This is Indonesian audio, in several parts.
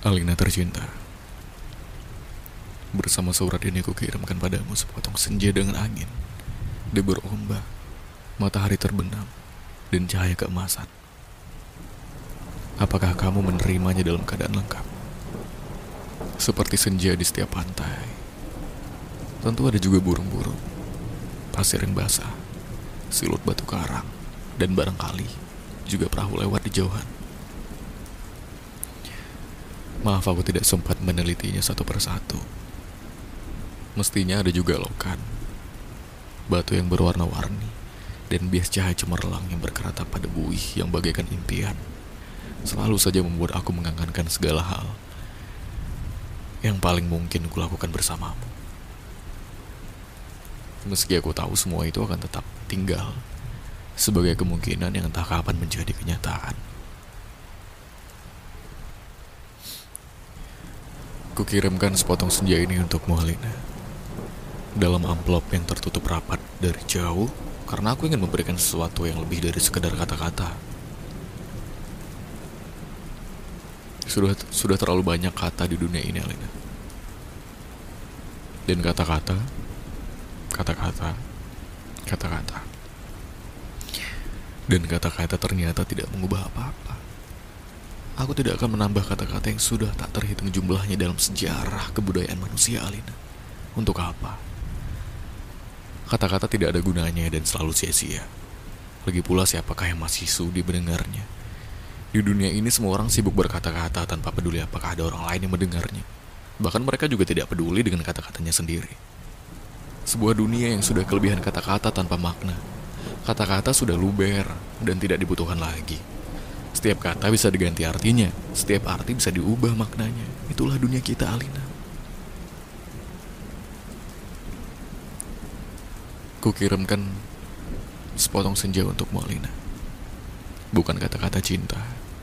Alina tercinta, bersama surat ini kukirimkan padamu sepotong senja dengan angin, debur ombak, matahari terbenam, dan cahaya keemasan. Apakah kamu menerimanya dalam keadaan lengkap? Seperti senja di setiap pantai. Tentu ada juga burung-burung, pasir yang basah, silut batu karang, dan barangkali juga perahu lewat di jauhan. Maaf aku tidak sempat menelitinya satu persatu. Mestinya ada juga lokan, batu yang berwarna-warni, dan bias cahaya cemerlang yang berkeratap pada buih yang bagaikan impian. Selalu saja membuat aku mengangankan segala hal yang paling mungkin kulakukan bersamamu. Meski aku tahu semua itu akan tetap tinggal sebagai kemungkinan yang entah kapan menjadi kenyataan. Kukirimkan sepotong senja ini untukmu, Alina, dalam amplop yang tertutup rapat dari jauh, karena aku ingin memberikan sesuatu yang lebih dari sekedar kata-kata. Sudah terlalu banyak kata di dunia ini, Alina. Dan kata-kata, dan kata-kata ternyata tidak mengubah apa-apa. Aku tidak akan menambah kata-kata yang sudah tak terhitung jumlahnya dalam sejarah kebudayaan manusia, Alina. Untuk apa? Kata-kata tidak ada gunanya dan selalu sia-sia. Lagi pula siapakah yang masih sudi mendengarnya? Di dunia ini semua orang sibuk berkata-kata tanpa peduli apakah ada orang lain yang mendengarnya. Bahkan mereka juga tidak peduli dengan kata-katanya sendiri. Sebuah dunia yang sudah kelebihan kata-kata tanpa makna. Kata-kata sudah luber dan tidak dibutuhkan lagi. Setiap kata bisa diganti artinya, setiap arti bisa diubah maknanya. Itulah dunia kita, Alina. Kukirimkan sepotong senja untukmu, Alina. Bukan kata-kata cinta.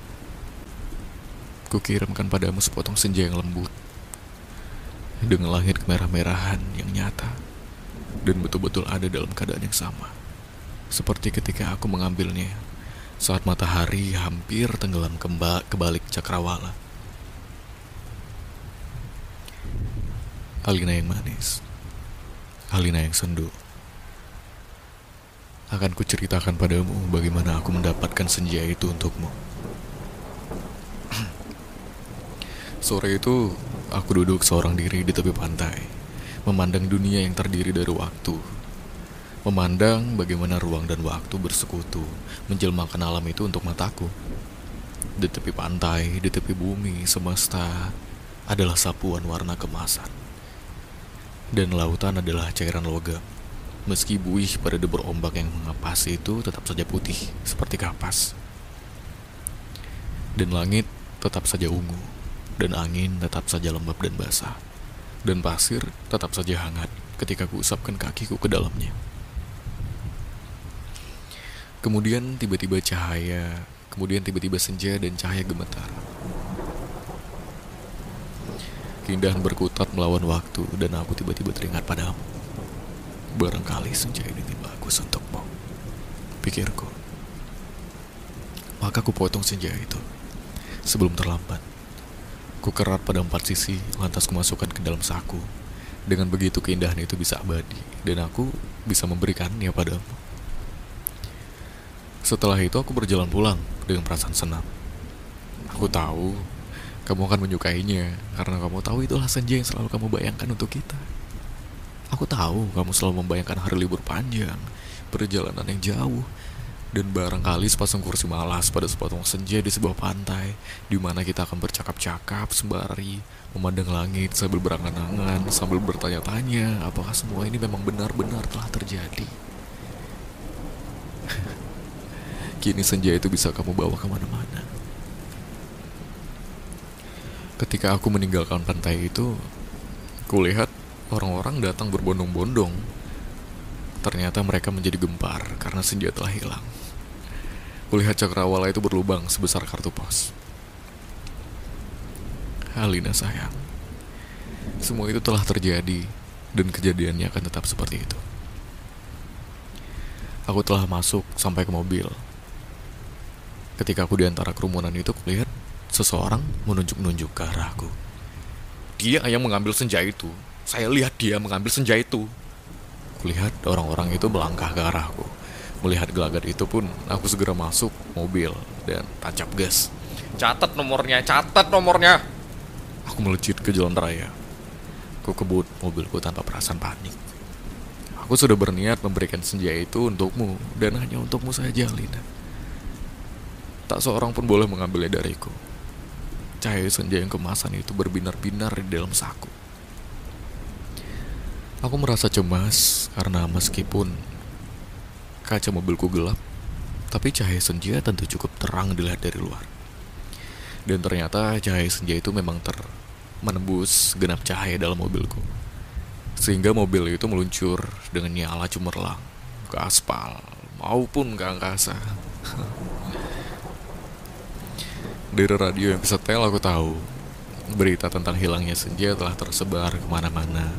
Kukirimkan padamu sepotong senja yang lembut, dengan langit kemerah-merahan yang nyata, dan betul-betul ada dalam keadaan yang sama. Seperti ketika aku mengambilnya saat matahari hampir tenggelam ke balik cakrawala. Alina yang manis, Alina yang sendu. Akan kuceritakan padamu bagaimana aku mendapatkan senja itu untukmu. Sore itu, aku duduk seorang diri di tepi pantai, memandang dunia yang terdiri dari waktu. Memandang bagaimana ruang dan waktu bersekutu, menjelmakan alam itu untuk mataku. Di tepi pantai, di tepi bumi, semesta adalah sapuan warna kemasan. Dan lautan adalah cairan logam. Meski buih pada debur ombak yang mengepasi itu tetap saja putih, seperti kapas. Dan langit tetap saja ungu, dan angin tetap saja lembab dan basah, dan pasir tetap saja hangat ketika kuusapkan kakiku ke dalamnya. Kemudian tiba-tiba senja dan cahaya gemetar. Keindahan berkutat melawan waktu, dan aku tiba-tiba teringat padamu. Barangkali senja ini bagus untukmu, pikirku. Maka ku potong senja itu sebelum terlambat. Ku kerat pada 4 sisi, lantas ku masukkan ke dalam saku. Dengan begitu keindahan itu bisa abadi, dan aku bisa memberikannya padamu. Setelah itu aku berjalan pulang dengan perasaan senang. Aku tahu kamu akan menyukainya, karena kamu tahu itulah senja yang selalu kamu bayangkan untuk kita. Aku tahu kamu selalu membayangkan hari libur panjang, perjalanan yang jauh, dan barangkali sepasang kursi malas pada sepotong senja di sebuah pantai, di mana kita akan bercakap-cakap sembari memandang langit sambil berangan-angan, sambil bertanya-tanya apakah semua ini memang benar-benar telah terjadi. Kini senja itu bisa kamu bawa kemana-mana. Ketika aku meninggalkan pantai itu, kulihat orang-orang datang berbondong-bondong. Ternyata mereka menjadi gempar karena senja telah hilang. Kulihat cakrawala itu berlubang sebesar kartu pos. Alina sayang, semua itu telah terjadi, dan kejadiannya akan tetap seperti itu. Aku telah masuk sampai ke mobil. Ketika aku di antara kerumunan itu, kulihat seseorang menunjuk-nunjuk ke arahku. Dia yang mengambil senja itu. Saya lihat dia mengambil senja itu. Kulihat orang-orang itu melangkah ke arahku. Melihat gelagat itu pun, aku segera masuk mobil dan tancap gas. Catat nomornya, catat nomornya. Aku melejit ke jalan raya. Aku kebut mobilku tanpa perasaan panik. Aku sudah berniat memberikan senja itu untukmu, dan hanya untukmu saja, Lina. Tak seorang pun boleh mengambilnya dariku. Cahaya senja yang kemasan itu berbinar-binar di dalam saku. Aku merasa cemas karena meskipun kaca mobilku gelap, tapi cahaya senja tentu cukup terang dilihat dari luar. Dan ternyata cahaya senja itu memang menembus genap cahaya dalam mobilku, sehingga mobil itu meluncur dengan nyala cemerlang ke aspal maupun ke angkasa. Dari radio yang kesetel aku tahu berita tentang hilangnya senja telah tersebar kemana-mana.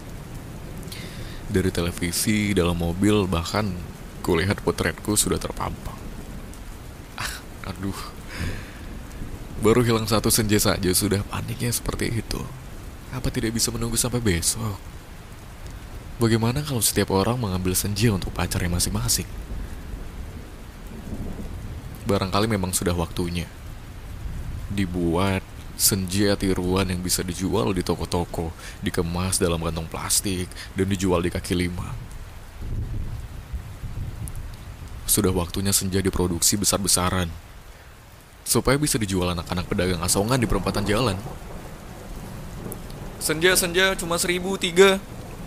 Dari televisi, dalam mobil, bahkan kulihat potretku sudah terpampang. Aduh, baru hilang satu senja saja sudah paniknya seperti itu. Apa tidak bisa menunggu sampai besok? Bagaimana kalau setiap orang mengambil senja untuk pacarnya masing-masing? Barangkali memang sudah waktunya dibuat senja tiruan yang bisa dijual di toko-toko, dikemas dalam kantong plastik, dan dijual di kaki lima. Sudah waktunya senja diproduksi besar-besaran, supaya bisa dijual anak-anak pedagang asongan di perempatan jalan. Senja cuma 1.003.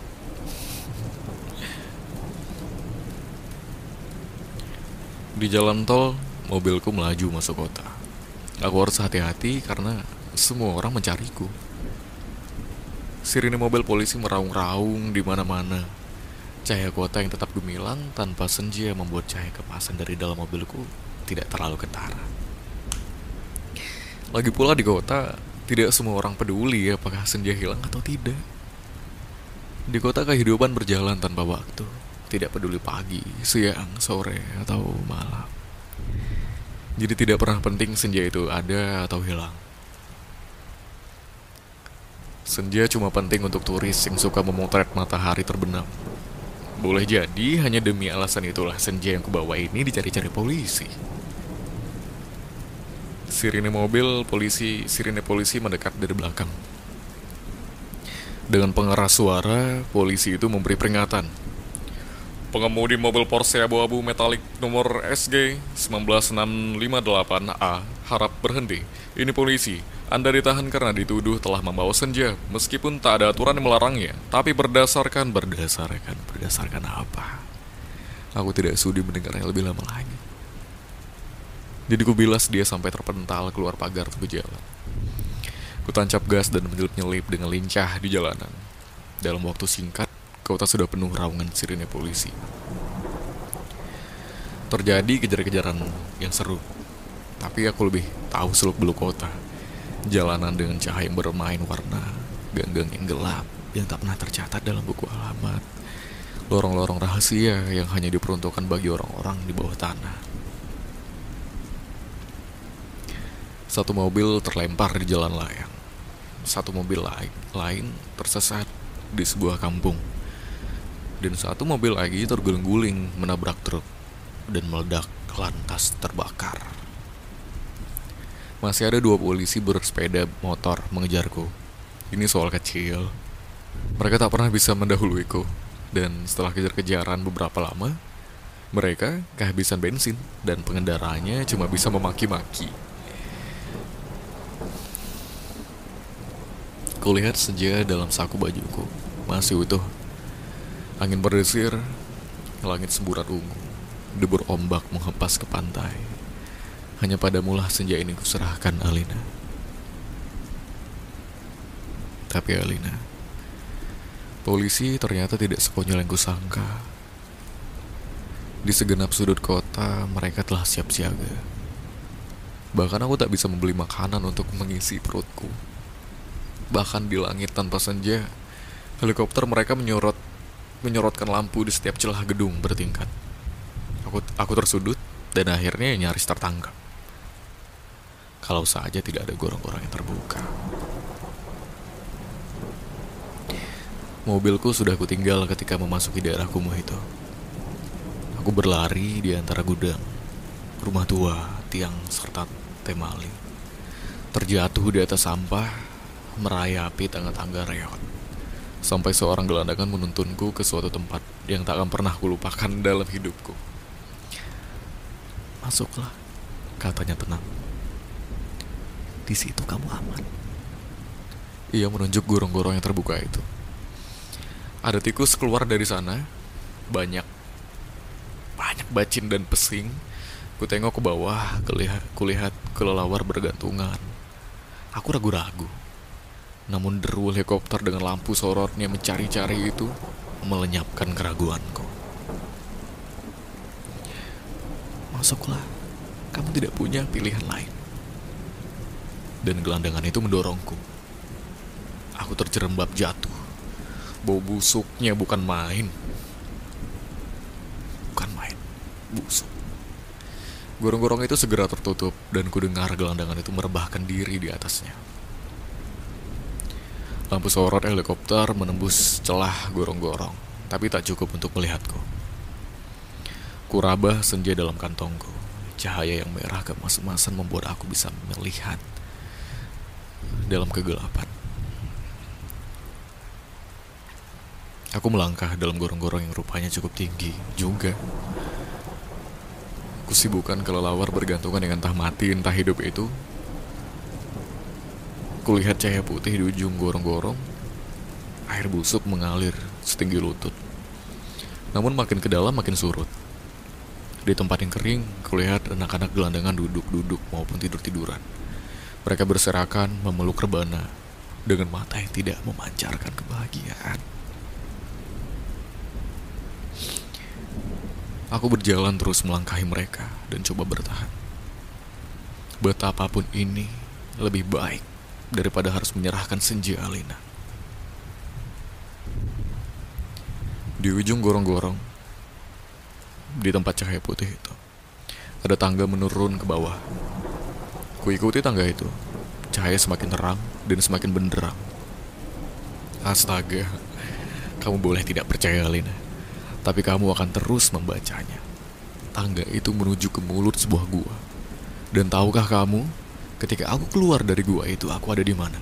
Di jalan tol, mobilku melaju masuk kota. Aku harus hati-hati karena semua orang mencariku. Sirine mobil polisi meraung-raung di mana-mana. Cahaya kota yang tetap gemilang tanpa senja membuat cahaya kemasan dari dalam mobilku tidak terlalu ketara. Lagi pula di kota, tidak semua orang peduli apakah senja hilang atau tidak. Di kota kehidupan berjalan tanpa waktu, tidak peduli pagi, siang, sore, atau malam. Jadi tidak pernah penting senja itu ada atau hilang. Senja cuma penting untuk turis yang suka memotret matahari terbenam. Boleh jadi hanya demi alasan itulah senja yang kubawa ini dicari-cari polisi. Sirine polisi mendekat dari belakang. Dengan pengeras suara, polisi itu memberi peringatan. Pengemudi mobil Porsche abu-abu metalik nomor SG 19658A harap berhenti. Ini polisi. Anda ditahan karena dituduh telah membawa senja, meskipun tak ada aturan yang melarangnya. Tapi berdasarkan apa? Aku tidak sudi mendengarnya lebih lama lagi. Jadi kubilas dia sampai terpental keluar pagar tepi jalan. Kutancap gas dan menyelip-nyelip dengan lincah di jalanan. Dalam waktu singkat, kota sudah penuh raungan sirine polisi. Terjadi kejar-kejaran yang seru. Tapi aku lebih tahu seluk-beluk kota. Jalanan dengan cahaya yang bermain warna, gang-gang yang gelap yang tak pernah tercatat dalam buku alamat, lorong-lorong rahasia yang hanya diperuntukkan bagi orang-orang di bawah tanah. Satu mobil terlempar di jalan layang. Satu mobil lain tersesat di sebuah kampung. Dan satu mobil lagi terguling-guling menabrak truk dan meledak lantas terbakar. Masih ada 2 polisi bersepeda motor mengejarku. Ini soal kecil. Mereka tak pernah bisa mendahuluiku. Dan setelah kejar-kejaran beberapa lama, mereka kehabisan bensin dan pengendaranya cuma bisa memaki-maki. Kulihat senja dalam saku bajuku masih utuh. Angin berdesir, langit semburat ungu, debur ombak menghempas ke pantai. Hanya padamulah senja ini kuserahkan, Alina. Tapi Alina, polisi ternyata tidak sekonyol yang kusangka. Di segenap sudut kota, mereka telah siap siaga. Bahkan aku tak bisa membeli makanan untuk mengisi perutku. Bahkan di langit tanpa senja, helikopter mereka menyorotkan lampu di setiap celah gedung bertingkat. Aku tersudut dan akhirnya nyaris tertangkap. kalau saja tidak ada gorong-gorong yang terbuka. Mobilku sudah kutinggal ketika memasuki daerah kumuh itu. Aku berlari di antara gudang, rumah tua, tiang, serta temali. Terjatuh di atas sampah, merayapi tangga-tangga reot. Sampai seorang gelandangan menuntunku ke suatu tempat yang tak akan pernah kulupakan dalam hidupku. Masuklah, katanya tenang. Di situ kamu aman. Ia menunjuk gorong-gorong yang terbuka itu. Ada tikus keluar dari sana, banyak bacin dan pesing. Ku tengok ke bawah, kulihat kelelawar bergantungan. Aku ragu-ragu. Namun deru helikopter dengan lampu sorotnya mencari-cari itu melenyapkan keraguanku. Masuklah, kamu tidak punya pilihan lain. Dan gelandangan itu mendorongku. Aku terjerembab jatuh. Bau busuknya bukan main. Bukan main, busuk. Gorong-gorong itu segera tertutup dan ku dengar gelandangan itu merebahkan diri di atasnya. Lampu sorot helikopter menembus celah gorong-gorong, tapi tak cukup untuk melihatku. Kurabah senja dalam kantongku. Cahaya yang merah kemas-emasan membuat aku bisa melihat dalam kegelapan. Aku melangkah dalam gorong-gorong yang rupanya cukup tinggi juga. Kusibukan kelelawar bergantungan dengan entah mati entah hidup itu. Kulihat cahaya putih di ujung gorong-gorong. Air busuk mengalir setinggi lutut. Namun makin ke dalam makin surut. Di tempat yang kering, kulihat anak-anak gelandangan duduk-duduk maupun tidur-tiduran. Mereka berserakan memeluk rebana dengan mata yang tidak memancarkan kebahagiaan. Aku berjalan terus melangkahi mereka dan coba bertahan. Betapapun ini lebih baik daripada harus menyerahkan senja Alina. Di ujung gorong-gorong, di tempat cahaya putih itu, ada tangga menurun ke bawah. Kuikuti tangga itu. Cahaya semakin terang dan semakin benderang. Astaga, kamu boleh tidak percaya Alina, tapi kamu akan terus membacanya. Tangga itu menuju ke mulut sebuah gua. Dan tahukah kamu, ketika aku keluar dari gua itu, aku ada di mana?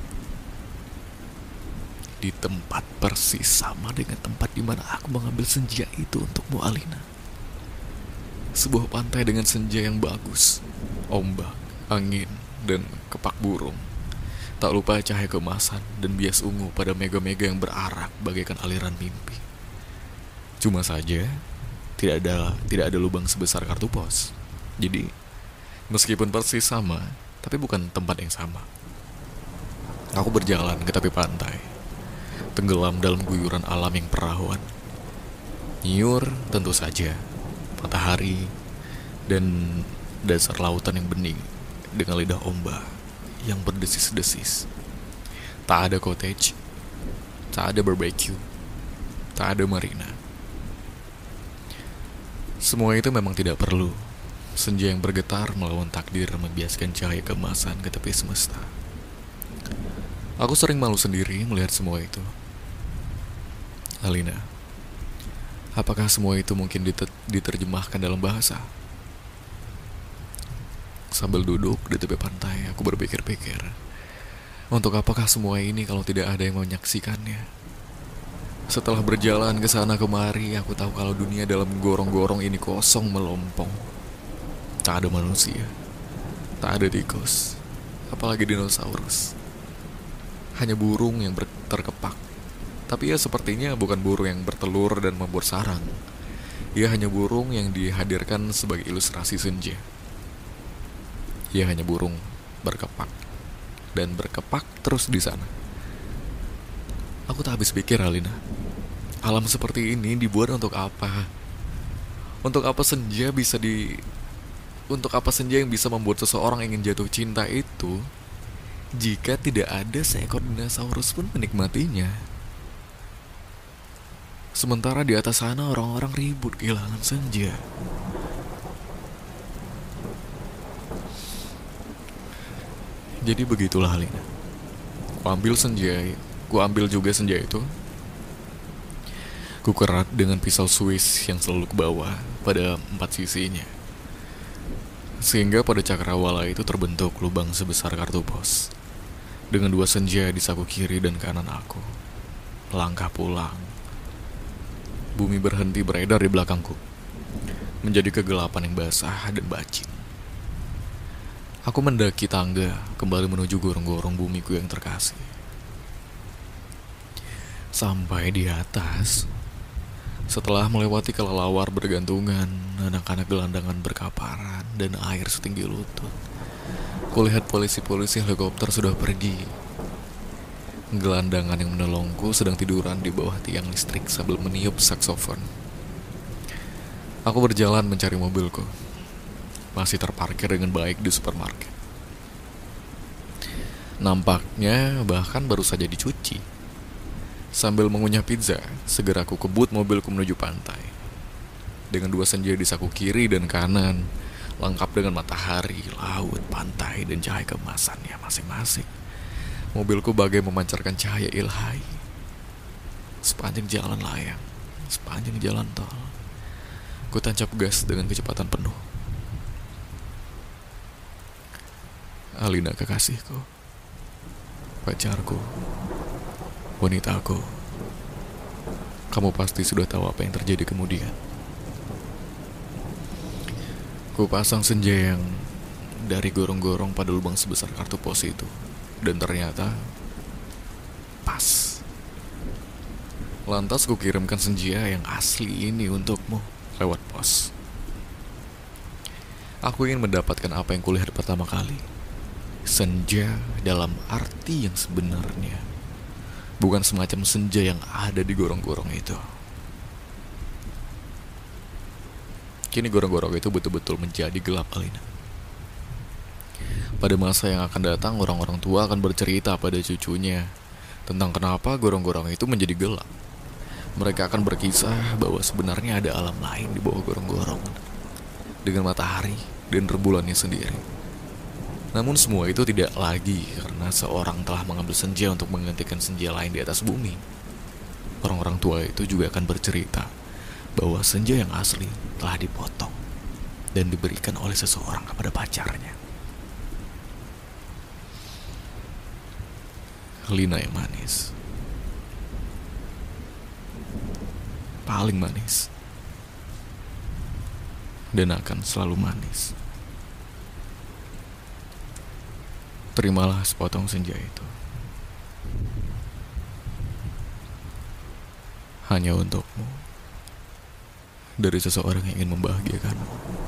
Di tempat persis sama dengan tempat di mana aku mengambil senja itu untukmu, Alina. Sebuah pantai dengan senja yang bagus, ombak, angin, dan kepak burung. Tak lupa cahaya keemasan dan bias ungu pada mega-mega yang berarak bagaikan aliran mimpi. Cuma saja, tidak ada lubang sebesar kartu pos. Jadi, meskipun persis sama, tapi bukan tempat yang sama. Aku berjalan ke tepi pantai, tenggelam dalam guyuran alam yang perahuan. Nyiur tentu saja, matahari, dan dasar lautan yang bening dengan lidah ombak yang berdesis-desis. Tak ada cottage, tak ada barbecue, tak ada marina. Semua itu memang tidak perlu. Senja yang bergetar melawan takdir membiaskan cahaya keemasan ke tepi semesta. Aku sering malu sendiri melihat semua itu. Alina, apakah semua itu mungkin diterjemahkan dalam bahasa? Sambil duduk di tepi pantai, aku berpikir-pikir, untuk apakah semua ini kalau tidak ada yang menyaksikannya? Setelah berjalan ke sana kemari, aku tahu kalau dunia dalam gorong-gorong ini kosong melompong. Tak ada manusia, tak ada tikus, apalagi dinosaurus. Hanya burung yang terkepak. Tapi ia sepertinya bukan burung yang bertelur dan membuat sarang. Ia hanya burung yang dihadirkan sebagai ilustrasi senja. Ia hanya burung berkepak dan berkepak terus di sana. Aku tak habis pikir, Alina. Alam seperti ini dibuat untuk apa? Untuk apa senja yang bisa membuat seseorang ingin jatuh cinta itu jika tidak ada seekor dinosaurus pun menikmatinya? Sementara di atas sana orang-orang ribut kehilangan senja. Jadi begitulah Lina. Ku ambil juga senja itu. Ku kerat dengan pisau Swiss yang selalu ke bawah pada 4 sisinya. Sehingga pada cakrawala itu terbentuk lubang sebesar kartu pos. Dengan 2 senja di saku kiri dan kanan aku. Langkah pulang. Bumi berhenti beredar di belakangku. Menjadi kegelapan yang basah dan bacin. Aku mendaki tangga kembali menuju gorong-gorong bumiku yang terkasih. Sampai di atas, setelah melewati kelelawar bergantungan, anak-anak gelandangan berkaparan, dan air setinggi lutut, kulihat polisi-polisi helikopter sudah pergi. Gelandangan yang menolongku sedang tiduran di bawah tiang listrik sambil meniup saksofon. Aku berjalan mencari mobilku. Masih terparkir dengan baik di supermarket. Nampaknya bahkan baru saja dicuci. Sambil mengunyah pizza, segera aku kebut mobilku menuju pantai. Dengan 2 senja di saku kiri dan kanan, lengkap dengan matahari, laut, pantai, dan cahaya keemasannya masing-masing. Mobilku bagai memancarkan cahaya ilahi. Sepanjang jalan layang, sepanjang jalan tol, ku tancap gas dengan kecepatan penuh. Alina kekasihku, pacarku, wanitaku, kamu pasti sudah tahu apa yang terjadi kemudian. Ku pasang senja yang dari gorong-gorong pada lubang sebesar kartu pos itu, dan ternyata pas. Lantas ku kirimkan senja yang asli ini untukmu lewat pos. Aku ingin mendapatkan apa yang kulihat pertama kali. Senja dalam arti yang sebenarnya, bukan semacam senja yang ada di gorong-gorong itu. Kini gorong-gorong itu betul-betul menjadi gelap, Alina. Pada masa yang akan datang, orang-orang tua akan bercerita pada cucunya tentang kenapa gorong-gorong itu menjadi gelap. Mereka akan berkisah bahwa sebenarnya ada alam lain di bawah gorong-gorong, dengan matahari dan rembulannya sendiri. Namun semua itu tidak lagi karena seorang telah mengambil senja untuk menggantikan senja lain di atas bumi. Orang-orang tua itu juga akan bercerita bahwa senja yang asli telah dipotong dan diberikan oleh seseorang kepada pacarnya. Lina yang manis, paling manis, dan akan selalu manis. Terimalah sepotong senja itu, hanya untukmu, dari seseorang yang ingin membahagiakanmu.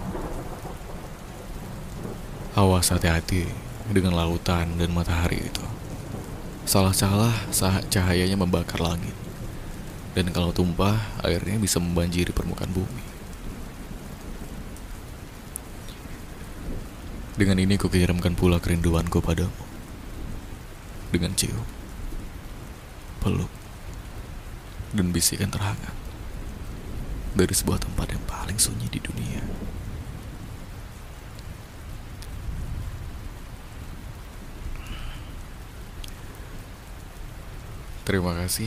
Awas, hati-hati dengan lautan dan matahari itu. Salah-salah saat cahayanya membakar langit, dan kalau tumpah, airnya bisa membanjiri permukaan bumi. Dengan ini kukirimkan pula kerinduanku padamu. Dengan cium, peluk, dan bisikan terhangat dari sebuah tempat yang paling sunyi di dunia. Terima kasih.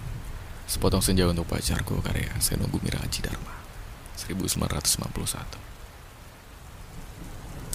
Sepotong senja untuk pacarku, karya Senogumi Raji Dharma 1991.